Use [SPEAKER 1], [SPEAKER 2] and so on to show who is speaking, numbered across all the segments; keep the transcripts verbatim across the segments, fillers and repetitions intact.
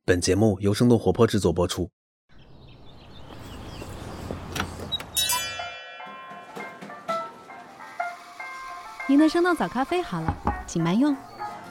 [SPEAKER 1] 本节目由生动活泼制作播出。
[SPEAKER 2] 您的生动早咖啡好了，请慢用。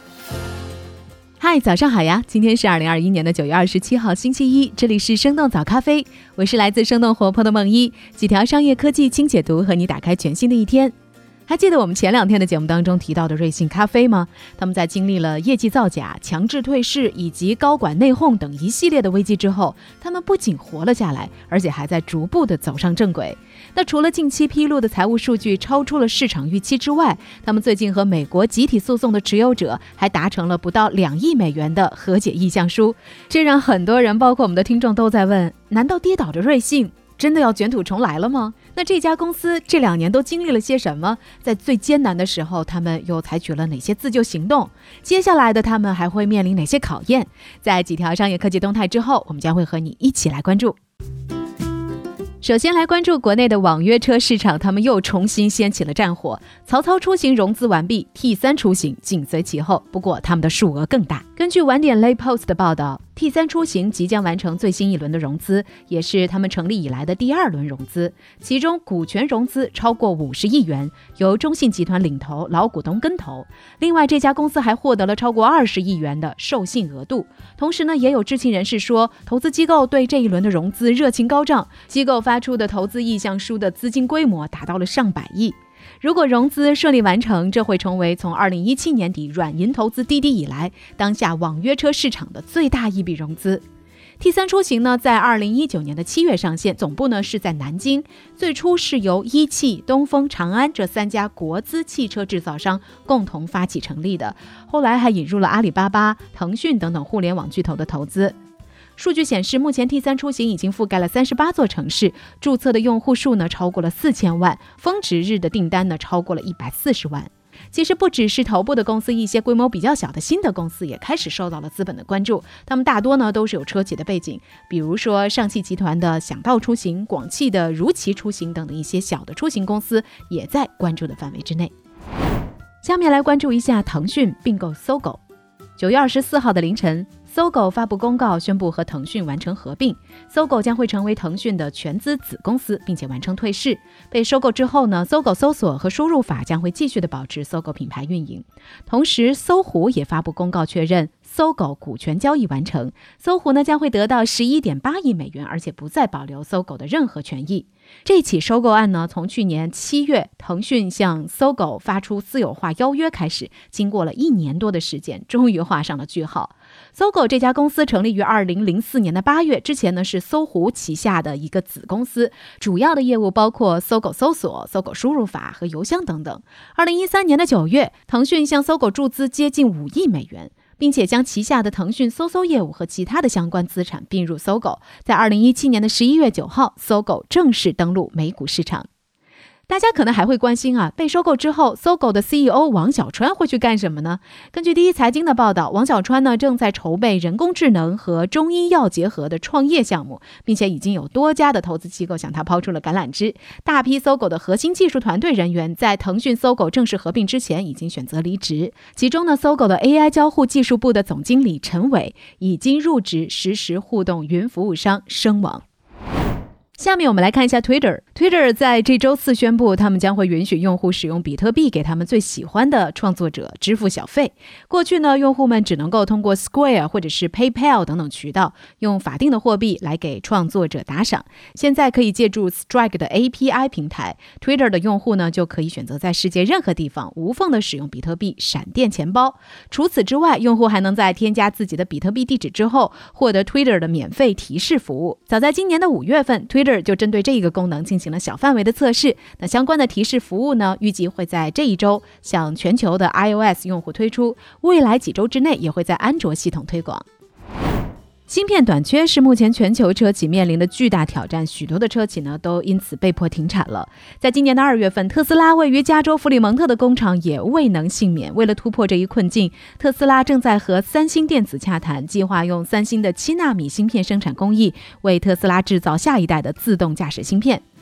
[SPEAKER 2] 嗨，早上好呀！今天是二零二一年的九月二十七号，星期一，这里是生动早咖啡，我是来自生动活泼的梦一，几条商业科技轻解读，和你打开全新的一天。还记得我们前两天的节目当中提到的瑞幸咖啡吗？他们在经历了业绩造假、强制退市以及高管内讧等一系列的危机之后，他们不仅活了下来，而且还在逐步的走上正轨。那除了近期披露的财务数据超出了市场预期之外，他们最近和美国集体诉讼的持有者还达成了不到两亿美元的和解意向书，这让很多人，包括我们的听众都在问：难道跌倒的瑞幸真的要卷土重来了吗？那这家公司这两年都经历了些什么？在最艰难的时候，他们又采取了哪些自救行动？接下来的他们还会面临哪些考验？在几条商业科技动态之后，我们将会和你一起来关注。首先来关注国内的网约车市场，他们又重新掀起了战火。曹操出行融资完毕 ，T 三 出行紧随其后，不过他们的数额更大。根据晚点 Late Post 的报道， T 三 出行即将完成最新一轮的融资，也是他们成立以来的第二轮融资，其中股权融资超过五十亿元，由中信集团领投，老股东跟投。另外，这家公司还获得了超过二十亿元的授信额度。同时呢，也有知情人士说，投资机构对这一轮的融资热情高涨，机构发出的投资意向书的资金规模达到了上百亿。如果融资顺利完成，这会成为从二零一七年底软银投资滴滴以来，当下网约车市场的最大一笔融资。T 三 出行呢，在二零一九年的七月上线，总部呢是在南京。最初是由一汽、东风、长安这三家国资汽车制造商共同发起成立的，后来还引入了阿里巴巴、腾讯等等互联网巨头的投资。数据显示，目前 T 三 出行已经覆盖了三十八座城市，注册的用户数呢超过了四千万，峰值日的订单呢超过了一百四十万。其实不只是头部的公司，一些规模比较小的新的公司也开始受到了资本的关注，他们大多呢都是有车企的背景，比如说上汽集团的想到出行、广汽的如祺出行等的一些小的出行公司也在关注的范围之内。下面来关注一下腾讯并购搜狗。九月二十四号的凌晨，搜狗发布公告，宣布和腾讯完成合并，搜狗将会成为腾讯的全资子公司，并且完成退市。被收购之后呢，搜狗搜索和输入法将会继续的保持搜狗品牌运营。同时，搜狐也发布公告确认搜狗股权交易完成，搜狐呢将会得到 十一点八亿美元，而且不再保留搜狗的任何权益。这起收购案呢，从去年七月腾讯向搜狗发出私有化邀约开始，经过了一年多的时间，终于画上了句号。搜狗这家公司成立于二零零四年的八月，之前呢是搜狐旗下的一个子公司，主要的业务包括搜狗搜索、搜狗输入法和邮箱等等。二零一三年的九月，腾讯向搜狗注资接近五亿美元，并且将旗下的腾讯搜搜业务和其他的相关资产并入搜狗。在二零一七年的十一月九号，搜狗正式登陆美股市场。大家可能还会关心啊，被收购之后，搜狗的 C E O 王小川会去干什么呢？根据第一财经的报道，王小川呢正在筹备人工智能和中医药结合的创业项目，并且已经有多家的投资机构向他抛出了橄榄枝。大批搜狗的核心技术团队人员在腾讯搜狗正式合并之前已经选择离职，其中呢，搜狗的 A I 交互技术部的总经理陈伟已经入职实时互动云服务商声网。下面我们来看一下 Twitter。 Twitter 在这周四宣布，他们将会允许用户使用比特币给他们最喜欢的创作者支付小费。过去呢，用户们只能够通过 Square 或者是 PayPal 等等渠道，用法定的货币来给创作者打赏。现在可以借助 Strike 的 A P I 平台， Twitter 的用户呢就可以选择在世界任何地方无缝的使用比特币闪电钱包。除此之外，用户还能在添加自己的比特币地址之后，获得 Twitter 的免费提示服务。早在今年的五月份， Twitter就针对这一个功能进行了小范围的测试。那相关的提示服务呢，预计会在这一周向全球的 iOS 用户推出，未来几周之内也会在安卓系统推广。芯片短缺是目前全球车企面临的巨大挑战，许多的车企呢都因此被迫停产了。在今年的二月份，特斯拉位于加州弗里蒙特的工厂也未能幸免。为了突破这一困境，特斯拉正在和三星电子洽谈，计划用三星的七纳米芯片生产工艺为特斯拉制造下一代的自动驾驶芯片。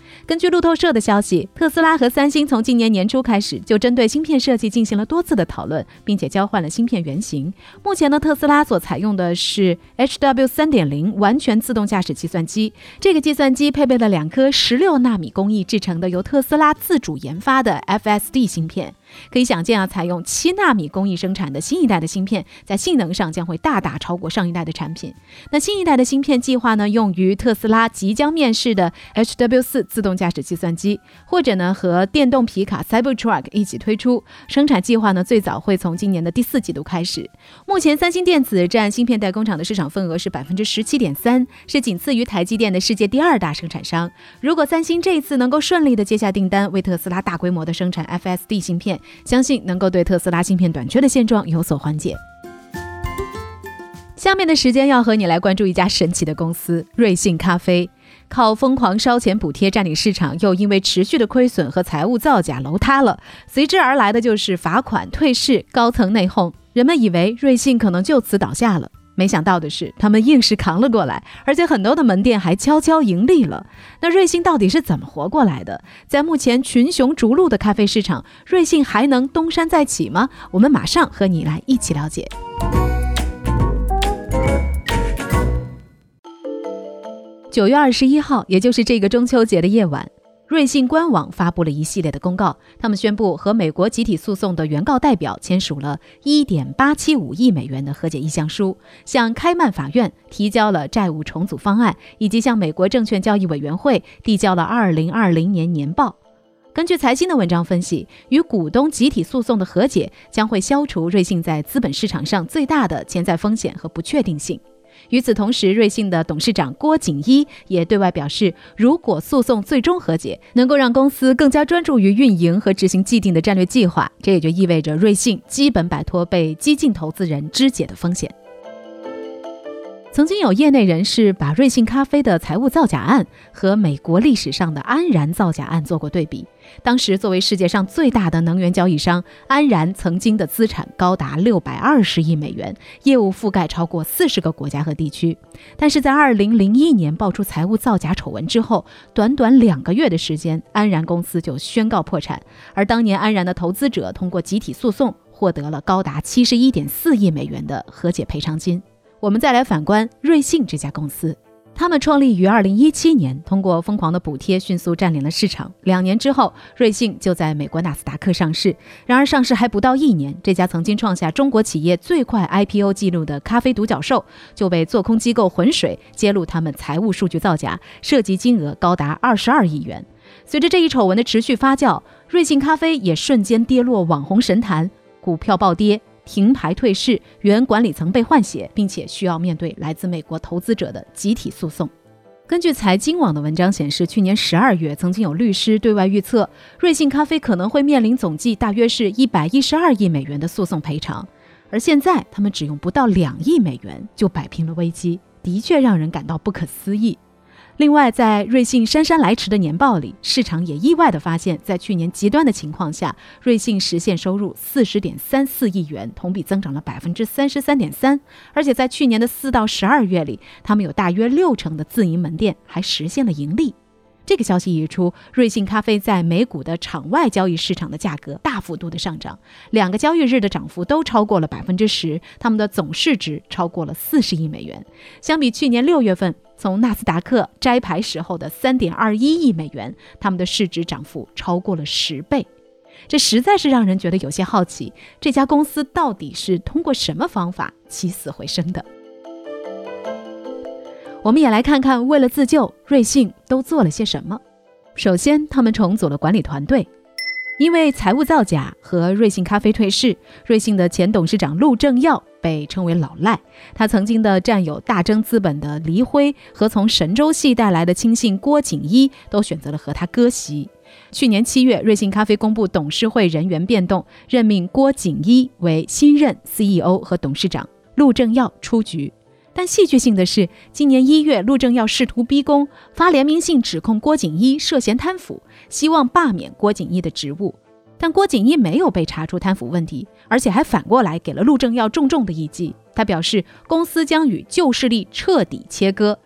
[SPEAKER 2] 根据路透社的消息，特斯拉和三星从今年年初开始就针对芯片设计进行了多次的讨论，并且交换了芯片原型。目前呢，特斯拉所采用的是 H W 三点零 完全自动驾驶计算机，这个计算机配备了两颗十六纳米工艺制成的由特斯拉自主研发的 F S D 芯片。可以想见啊，采用七纳米工艺生产的新一代的芯片，在性能上将会大大超过上一代的产品。那新一代的芯片计划呢，用于特斯拉即将面世的 H W 四 自动驾驶计算机，或者呢和电动皮卡 Cybertruck 一起推出。生产计划呢，最早会从今年的第四季度开始。目前三星电子占芯片代工厂的市场份额是 百分之十七点三， 是仅次于台积电的世界第二大生产商。如果三星这一次能够顺利的接下订单，为特斯拉大规模的生产 F S D 芯片，相信能够对特斯拉芯片短缺的现状有所缓解。下面的时间要和你来关注一家神奇的公司——瑞幸咖啡。靠疯狂烧钱补贴占领市场，又因为持续的亏损和财务造假楼塌了，随之而来的就是罚款、退市、高层内讧。人们以为瑞幸可能就此倒下了，没想到的是，他们硬是扛了过来，而且很多的门店还悄悄盈利了。那瑞幸到底是怎么活过来的？在目前群雄逐鹿的咖啡市场，瑞幸还能东山再起吗？我们马上和你来一起了解。九月二十一号，也就是这个中秋节的夜晚，瑞幸官网发布了一系列的公告，他们宣布和美国集体诉讼的原告代表签署了 一点八七五亿美元的和解意向书，向开曼法院提交了债务重组方案，以及向美国证券交易委员会递交了二零二零年年报。根据财新的文章分析，与股东集体诉讼的和解将会消除瑞幸在资本市场上最大的潜在风险和不确定性。与此同时，瑞幸的董事长郭景一也对外表示，如果诉讼最终和解，能够让公司更加专注于运营和执行既定的战略计划，这也就意味着瑞幸基本摆脱被激进投资人肢解的风险。曾经有业内人士把瑞幸咖啡的财务造假案和美国历史上的安然造假案做过对比。当时作为世界上最大的能源交易商，安然曾经的资产高达六百二十亿美元，业务覆盖超过四十个国家和地区。但是在二零零一年爆出财务造假丑闻之后，短短两个月的时间，安然公司就宣告破产。而当年安然的投资者通过集体诉讼获得了高达 七十一点四亿美元的和解赔偿金。我们再来反观瑞幸这家公司，他们创立于二零一七年，通过疯狂的补贴迅速占领了市场。两年之后，瑞幸就在美国纳斯达克上市。然而上市还不到一年，这家曾经创下中国企业最快 I P O 记录的咖啡独角兽，就被做空机构浑水揭露他们财务数据造假，涉及金额高达二十二亿元。随着这一丑闻的持续发酵，瑞幸咖啡也瞬间跌落网红神坛，股票暴跌，停牌退市，原管理层被换血，并且需要面对来自美国投资者的集体诉讼。根据财经网的文章显示，去年十二月曾经有律师对外预测，瑞幸咖啡可能会面临总计大约是一百一十二亿美元的诉讼赔偿，而现在他们只用不到两亿美元就摆平了危机，的确让人感到不可思议。另外，在瑞幸姗姗来迟的年报里，市场也意外地发现，在去年极端的情况下，瑞幸实现收入 四十点三四亿元，同比增长了 百分之三十三点三， 而且在去年的四到十二月里，他们有大约六成的自营门店还实现了盈利。这个消息一出，瑞幸咖啡在美股的场外交易市场的价格大幅度的上涨，两个交易日的涨幅都超过了 百分之十， 他们的总市值超过了四十亿美元。相比去年六月份从纳斯达克摘牌时候的 三点二一亿美元，他们的市值涨幅超过了十倍。这实在是让人觉得有些好奇，这家公司到底是通过什么方法起死回生的？我们也来看看为了自救，瑞幸都做了些什么。首先，他们重组了管理团队。因为财务造假和瑞幸咖啡退市，瑞幸的前董事长陆正耀被称为老赖，他曾经的战友大钲资本的黎辉和从神州系带来的亲信郭景一都选择了和他割席。去年七月，瑞幸咖啡公布董事会人员变动，任命郭景一为新任 C E O 和董事长，陆正耀出局。但戏剧性的是，今年一月，陆正耀试图逼宫，发联名信指控郭景一涉嫌贪腐，希望罢免郭景一的职务。但郭景一没有被查出贪腐问题，而且还反过来给了陆正耀重重的一击。他表示，公司将与旧势力彻底切割，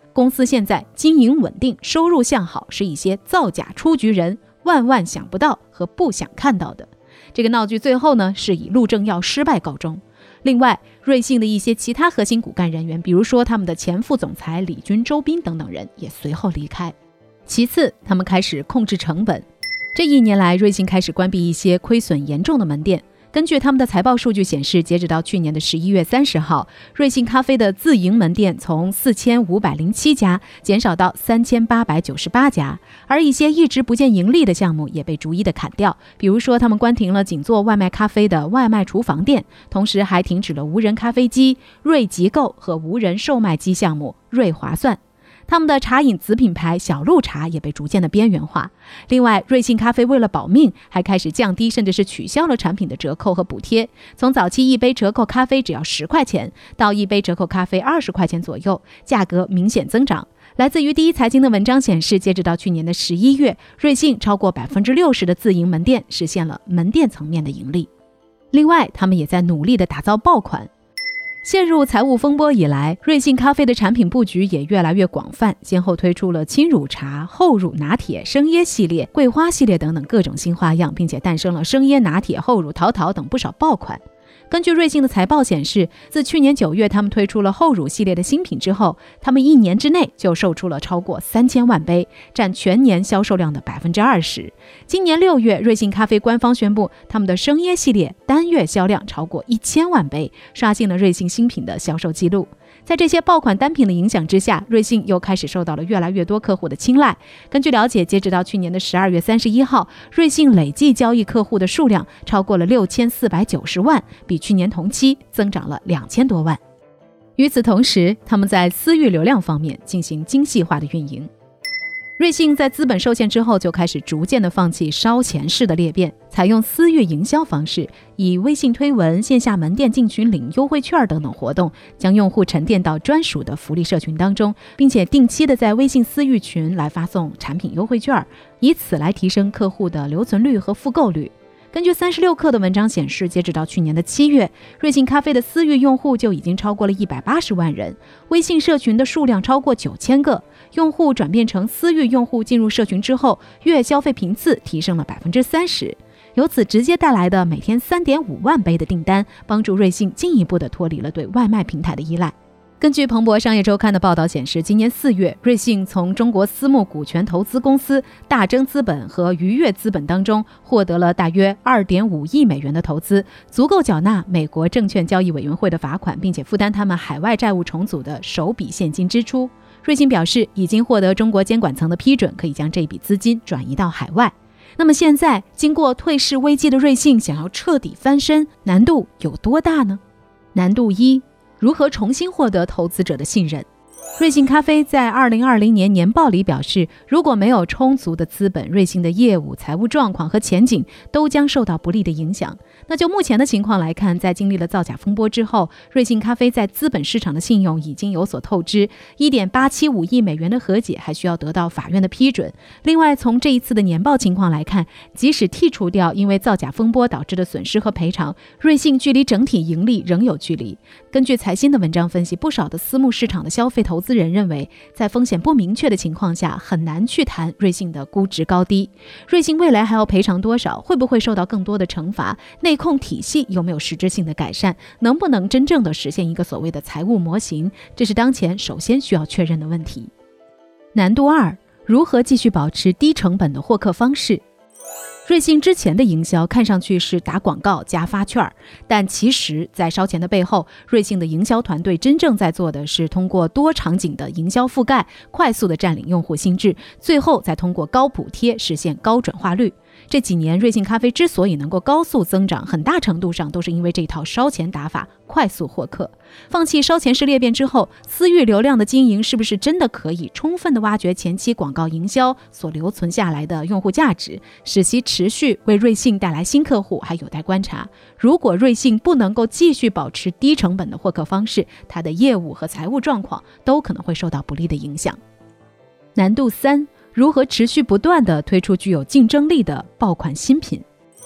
[SPEAKER 2] 公司现在经营稳定，收入向好，是一些造假出局人万万想不到和不想看到的。这个闹剧最后呢，是以陆正耀失败告终。另外，瑞幸的一些其他核心骨干人员，比如说他们的前副总裁李军、周斌等等人也随后离开。其次，他们开始控制成本。这一年来，瑞幸开始关闭一些亏损严重的门店。根据他们的财报数据显示，截止到去年的十一月三十号，瑞幸咖啡的自营门店从四千五百零七家减少到三千八百九十八家，而一些一直不见盈利的项目也被逐一的砍掉。比如说，他们关停了仅做外卖咖啡的外卖厨房店，同时还停止了无人咖啡机、瑞集购和无人售卖机项目瑞划算。他们的茶饮子品牌小鹿茶也被逐渐的边缘化。另外，瑞幸咖啡为了保命，还开始降低甚至是取消了产品的折扣和补贴。从早期一杯折扣咖啡只要十块钱，到一杯折扣咖啡二十块钱左右，价格明显增长。来自于第一财经的文章显示，截止到去年的十一月，瑞幸超过百分之六十的自营门店实现了门店层面的盈利。另外，他们也在努力的打造爆款。陷入财务风波以来，瑞幸咖啡的产品布局也越来越广泛，先后推出了轻乳茶、厚乳拿铁、生椰系列、桂花系列等等各种新花样，并且诞生了生椰拿铁、厚乳桃桃等不少爆款。根据瑞幸的财报显示，自去年九月他们推出了厚乳系列的新品之后，他们一年之内就售出了超过三千万杯，占全年销售量的百分之二十。今年六月，瑞幸咖啡官方宣布，他们的生椰系列单月销量超过一千万杯，刷新了瑞幸新品的销售记录。在这些爆款单品的影响之下，瑞幸又开始受到了越来越多客户的青睐。根据了解，截止到去年的十二月三十一号，瑞幸累计交易客户的数量超过了六千四百九十万，比去年同期增长了两千多万。与此同时，他们在私域流量方面进行精细化的运营。瑞幸在资本受限之后，就开始逐渐的放弃烧钱式的裂变，采用私域营销方式，以微信推文、线下门店进群领优惠券等等活动，将用户沉淀到专属的福利社群当中，并且定期的在微信私域群来发送产品优惠券，以此来提升客户的留存率和复购率。根据三十六氪的文章显示，截止到去年的七月，瑞幸咖啡的私域用户就已经超过了一百八十万人，微信社群的数量超过九千个。用户转变成私域用户进入社群之后，月消费频次提升了百分之三十，由此直接带来的每天三点五万杯的订单，帮助瑞幸进一步的脱离了对外卖平台的依赖。根据彭博商业周刊的报道显示，今年四月，瑞幸从中国私募股权投资公司大钲资本和愉悦资本当中获得了大约 二点五亿美元的投资，足够缴纳美国证券交易委员会的罚款，并且负担他们海外债务重组的首笔现金支出。瑞幸表示，已经获得中国监管层的批准，可以将这笔资金转移到海外。那么现在，经过退市危机的瑞幸想要彻底翻身，难度有多大呢？难度一，如何重新获得投资者的信任？瑞幸咖啡在二零二零年年报里表示，如果没有充足的资本，瑞幸的业务、财务状况和前景都将受到不利的影响。那就目前的情况来看，在经历了造假风波之后，瑞幸咖啡在资本市场的信用已经有所透支， 一点八七五亿美元的和解还需要得到法院的批准。另外，从这一次的年报情况来看，即使剔除掉因为造假风波导致的损失和赔偿，瑞幸距离整体盈利仍有距离。根据财新的文章分析，不少的私募市场的消费投资人认为，在风险不明确的情况下，很难去谈瑞幸的估值高低。瑞幸未来还要赔偿多少？会不会受到更多的惩罚？内控体系有没有实质性的改善？能不能真正的实现一个所谓的财务模型？这是当前首先需要确认的问题。难度二，如何继续保持低成本的获客方式？瑞幸之前的营销看上去是打广告加发券，但其实在烧钱的背后，瑞幸的营销团队真正在做的是通过多场景的营销覆盖，快速的占领用户心智，最后再通过高补贴实现高转化率。这几年瑞幸咖啡之所以能够高速增长，很大程度上都是因为这套烧钱打法快速获客。放弃烧钱式裂变之后，私域流量的经营是不是真的可以充分的挖掘前期广告营销所留存下来的用户价值，使其持续为瑞幸带来新客户，还有待观察。如果瑞幸不能够继续保持低成本的获客方式，它的业务和财务状况都可能会受到不利的影响。难度三，如何持续不断地推出具有竞争力的爆款新品？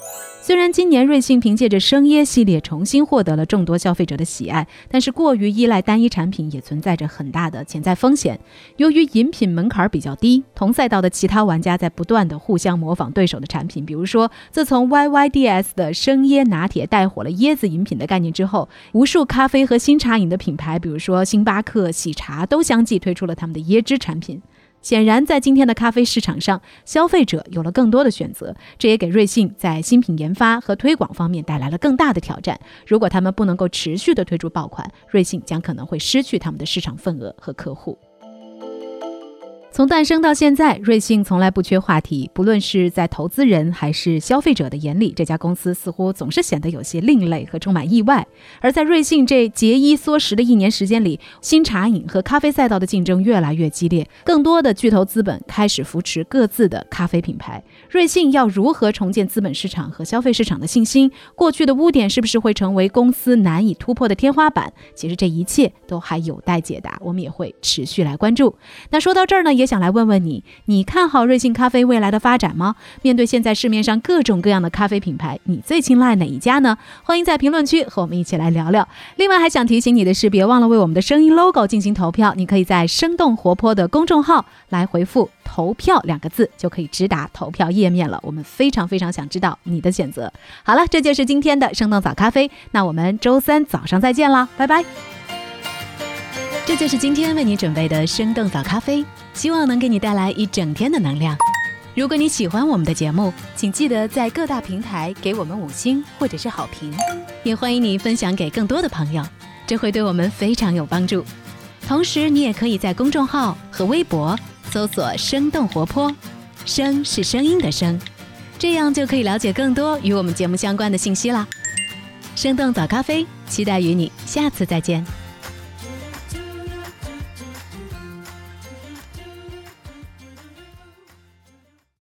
[SPEAKER 2] 虽然今年瑞幸凭借着生椰系列重新获得了众多消费者的喜爱，但是过于依赖单一产品也存在着很大的潜在风险。由于饮品门槛比较低，同赛道的其他玩家在不断的互相模仿对手的产品。比如说，自从 Y Y D S 的生椰拿铁带火了椰子饮品的概念之后，无数咖啡和新茶饮的品牌，比如说星巴克、喜茶，都相继推出了他们的椰汁产品。显然，在今天的咖啡市场上，消费者有了更多的选择，这也给瑞幸在新品研发和推广方面带来了更大的挑战。如果他们不能够持续的推出爆款，瑞幸将可能会失去他们的市场份额和客户。从诞生到现在，瑞幸从来不缺话题，不论是在投资人还是消费者的眼里，这家公司似乎总是显得有些另类和充满意外。而在瑞幸这节衣缩食的一年时间里，新茶饮和咖啡赛道的竞争越来越激烈，更多的巨头资本开始扶持各自的咖啡品牌。瑞幸要如何重建资本市场和消费市场的信心？过去的污点是不是会成为公司难以突破的天花板？其实这一切都还有待解答，我们也会持续来关注。那说到这儿呢，也想来问问你，你看好瑞幸咖啡未来的发展吗？面对现在市面上各种各样的咖啡品牌，你最青睐哪一家呢？欢迎在评论区和我们一起来聊聊。另外还想提醒你的是，别忘了为我们的声音 logo 进行投票，你可以在生动活泼的公众号来回复投票两个字，就可以直达投票页面了。我们非常非常想知道你的选择。好了，这就是今天的生动早咖啡，那我们周三早上再见了，拜拜。这就是今天为你准备的生动早咖啡，希望能给你带来一整天的能量。如果你喜欢我们的节目，请记得在各大平台给我们五星或者是好评，也欢迎你分享给更多的朋友，这会对我们非常有帮助。同时你也可以在公众号和微博搜索生动活泼，声是声音的声，这样就可以了解更多与我们节目相关的信息啦。生动早咖啡，期待与你下次再见。